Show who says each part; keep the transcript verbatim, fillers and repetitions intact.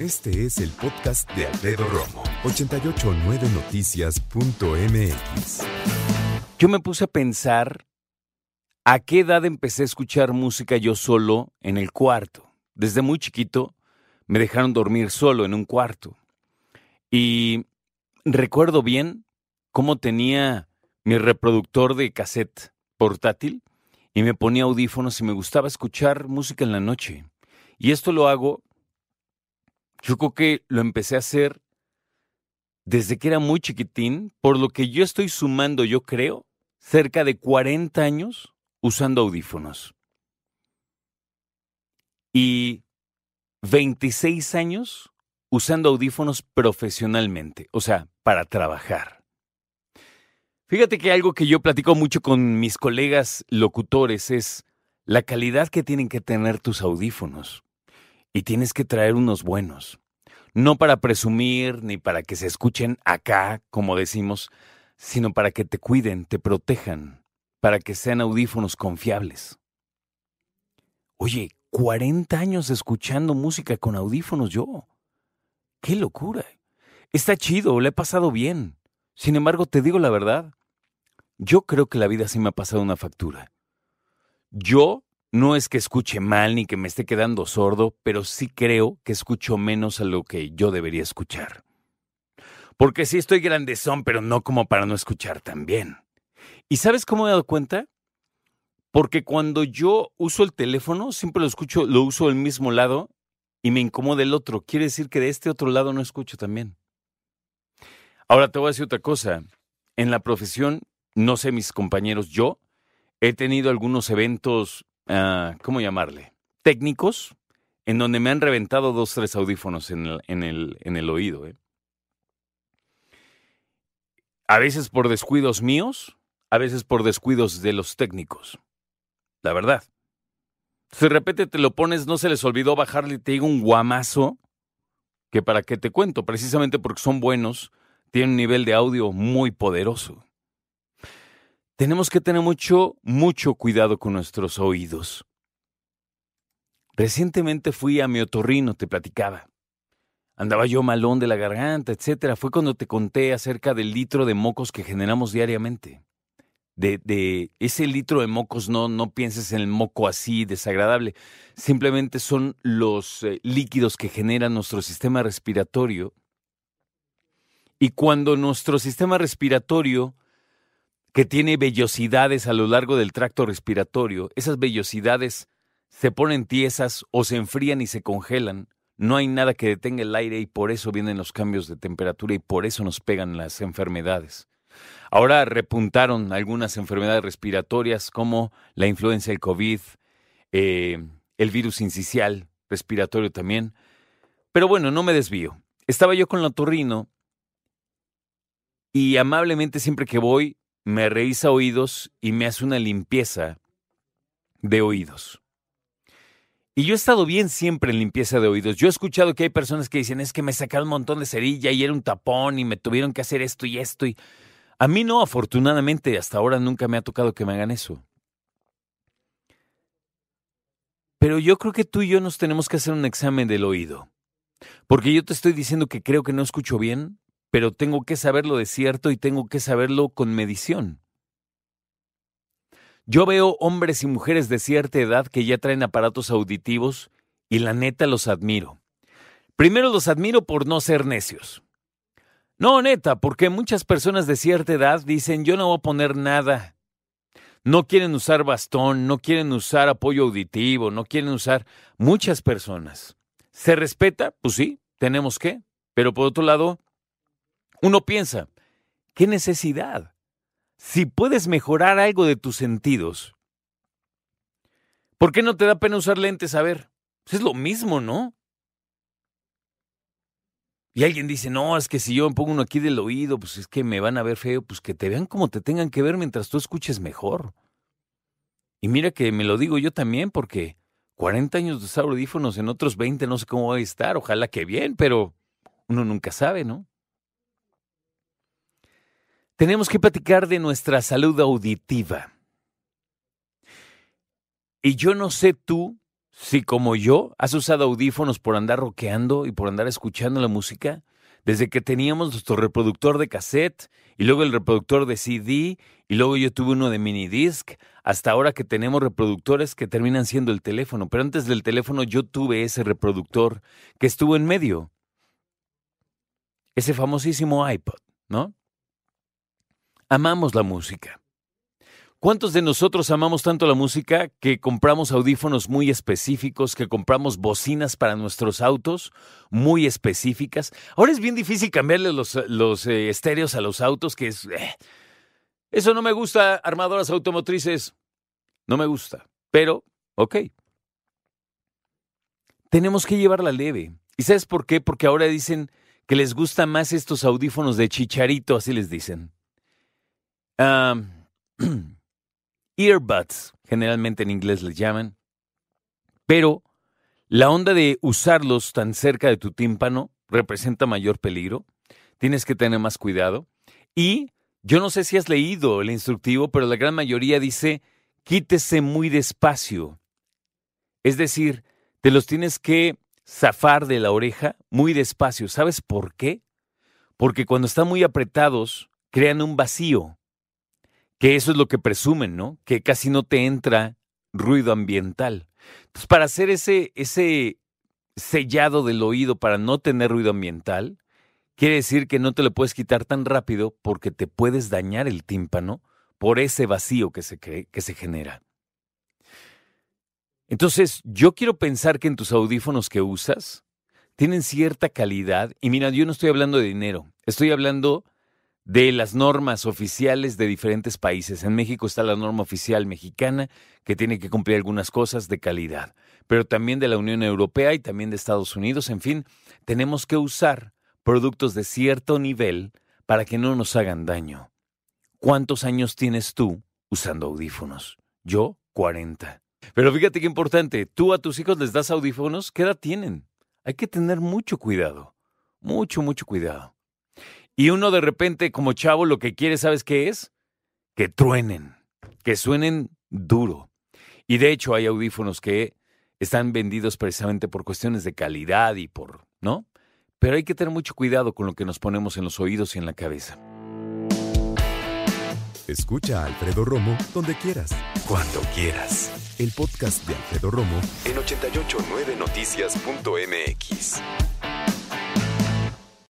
Speaker 1: Este es el podcast de Alfredo Romo, ochenta y ocho punto nueve noticias punto m x.
Speaker 2: Yo me puse a pensar a qué edad empecé a escuchar música yo solo en el cuarto. Desde muy chiquito me dejaron dormir solo en un cuarto. Y recuerdo bien cómo tenía mi reproductor de cassette portátil y me ponía audífonos y me gustaba escuchar música en la noche. Y esto lo hago, yo creo que lo empecé a hacer desde que era muy chiquitín, por lo que yo estoy sumando, yo creo, cerca de cuarenta años usando audífonos. Y veintiséis años usando audífonos profesionalmente, o sea, para trabajar. Fíjate que algo que yo platico mucho con mis colegas locutores es la calidad que tienen que tener tus audífonos. Y tienes que traer unos buenos. No para presumir ni para que se escuchen acá, como decimos, sino para que te cuiden, te protejan, para que sean audífonos confiables. Oye, cuarenta años escuchando música con audífonos yo. ¡Qué locura! Está chido, le he pasado bien. Sin embargo, te digo la verdad, yo creo que la vida sí me ha pasado una factura. Yo no es que escuche mal ni que me esté quedando sordo, pero sí creo que escucho menos a lo que yo debería escuchar. Porque sí estoy grandezón, pero no como para no escuchar tan bien. ¿Y sabes cómo me he dado cuenta? Porque cuando yo uso el teléfono, siempre lo escucho, lo uso del mismo lado y me incomoda el otro. Quiere decir que de este otro lado no escucho tan bien. Ahora te voy a decir otra cosa. En la profesión, no sé mis compañeros, yo he tenido algunos eventos, uh, ¿cómo llamarle? Técnicos, en donde me han reventado dos, tres audífonos en el, en el, en el oído. ¿eh? A veces por descuidos míos, a veces por descuidos de los técnicos. La verdad. Si de repente te lo pones, no se les olvidó bajarle y te digo un guamazo, que para qué te cuento, precisamente porque son buenos, tienen un nivel de audio muy poderoso. Tenemos que tener mucho, mucho cuidado con nuestros oídos. Recientemente fui a mi otorrino, te platicaba. Andaba yo malón de la garganta, etcétera. Fue cuando te conté acerca del litro de mocos que generamos diariamente. De, de ese litro de mocos, no, no pienses en el moco así desagradable. Simplemente son los eh, líquidos que genera nuestro sistema respiratorio. Y cuando nuestro sistema respiratorio, que tiene vellosidades a lo largo del tracto respiratorio, esas vellosidades se ponen tiesas o se enfrían y se congelan. No hay nada que detenga el aire y por eso vienen los cambios de temperatura y por eso nos pegan las enfermedades. Ahora repuntaron algunas enfermedades respiratorias como la influenza, el COVID, eh, el virus sincicial respiratorio también. Pero bueno, no me desvío. Estaba yo con el otorrino y amablemente siempre que voy me revisa oídos y me hace una limpieza de oídos. Y yo he estado bien siempre en limpieza de oídos. Yo he escuchado que hay personas que dicen, es que me sacaron un montón de cerilla y era un tapón y me tuvieron que hacer esto y esto. Y a mí no, afortunadamente, hasta ahora nunca me ha tocado que me hagan eso. Pero yo creo que tú y yo nos tenemos que hacer un examen del oído. Porque yo te estoy diciendo que creo que no escucho bien, pero tengo que saberlo de cierto y tengo que saberlo con medición. Yo veo hombres y mujeres de cierta edad que ya traen aparatos auditivos y la neta los admiro. Primero los admiro por no ser necios. No, neta, porque muchas personas de cierta edad dicen, yo no voy a poner nada. No quieren usar bastón, no quieren usar apoyo auditivo, no quieren usar muchas personas. ¿Se respeta? Pues sí, tenemos que. Pero por otro lado, uno piensa, ¿qué necesidad? Si puedes mejorar algo de tus sentidos, ¿por qué no te da pena usar lentes? A ver, pues es lo mismo, ¿no? Y alguien dice, no, es que si yo me pongo uno aquí del oído, pues es que me van a ver feo. Pues que te vean como te tengan que ver mientras tú escuches mejor. Y mira que me lo digo yo también, porque cuarenta años de usar audífonos, en otros veinte no sé cómo voy a estar. Ojalá que bien, pero uno nunca sabe, ¿no? Tenemos que platicar de nuestra salud auditiva. Y yo no sé tú Si como yo has usado audífonos por andar rockeando y por andar escuchando la música, desde que teníamos nuestro reproductor de cassette y luego el reproductor de C D y luego yo tuve uno de minidisc, hasta ahora que tenemos reproductores que terminan siendo el teléfono. Pero antes del teléfono yo tuve ese reproductor que estuvo en medio. Ese famosísimo iPod, ¿no? Amamos la música. ¿Cuántos de nosotros amamos tanto la música que compramos audífonos muy específicos, que compramos bocinas para nuestros autos muy específicas? Ahora es bien difícil cambiarle los, los eh, estéreos a los autos, que es... Eh, eso no me gusta, armadoras automotrices. No me gusta, pero, ok. Tenemos que llevarla leve. ¿Y sabes por qué? Porque ahora dicen que les gustan más estos audífonos de chicharito, así les dicen. Ah... Um, Earbuds, generalmente en inglés les llaman, pero la onda de usarlos tan cerca de tu tímpano representa mayor peligro, tienes que tener más cuidado, y yo no sé si has leído el instructivo, pero la gran mayoría dice, quítese muy despacio, es decir, te los tienes que zafar de la oreja muy despacio. ¿Sabes por qué? Porque cuando están muy apretados, crean un vacío. Que eso es lo que presumen, ¿no? Que casi no te entra ruido ambiental. Entonces, para hacer ese, ese sellado del oído para no tener ruido ambiental, quiere decir que no te lo puedes quitar tan rápido porque te puedes dañar el tímpano por ese vacío que se, cree, que se genera. Entonces, yo quiero pensar que en tus audífonos que usas tienen cierta calidad. Y mira, yo no estoy hablando de dinero, estoy hablando de las normas oficiales de diferentes países. En México está la norma oficial mexicana que tiene que cumplir algunas cosas de calidad, pero también de la Unión Europea y también de Estados Unidos. En fin, tenemos que usar productos de cierto nivel para que no nos hagan daño. ¿Cuántos años tienes tú usando audífonos? Yo, cuarenta. Pero fíjate qué importante, tú a tus hijos les das audífonos, ¿qué edad tienen? Hay que tener mucho cuidado, mucho, mucho cuidado. Y uno de repente, como chavo, lo que quiere, ¿sabes qué es? Que truenen, que suenen duro. Y de hecho hay audífonos que están vendidos precisamente por cuestiones de calidad y por, ¿no? Pero hay que tener mucho cuidado con lo que nos ponemos en los oídos y en la cabeza.
Speaker 1: Escucha a Alfredo Romo donde quieras, cuando quieras. El podcast de Alfredo Romo en ochenta y ocho punto nueve noticias punto m x.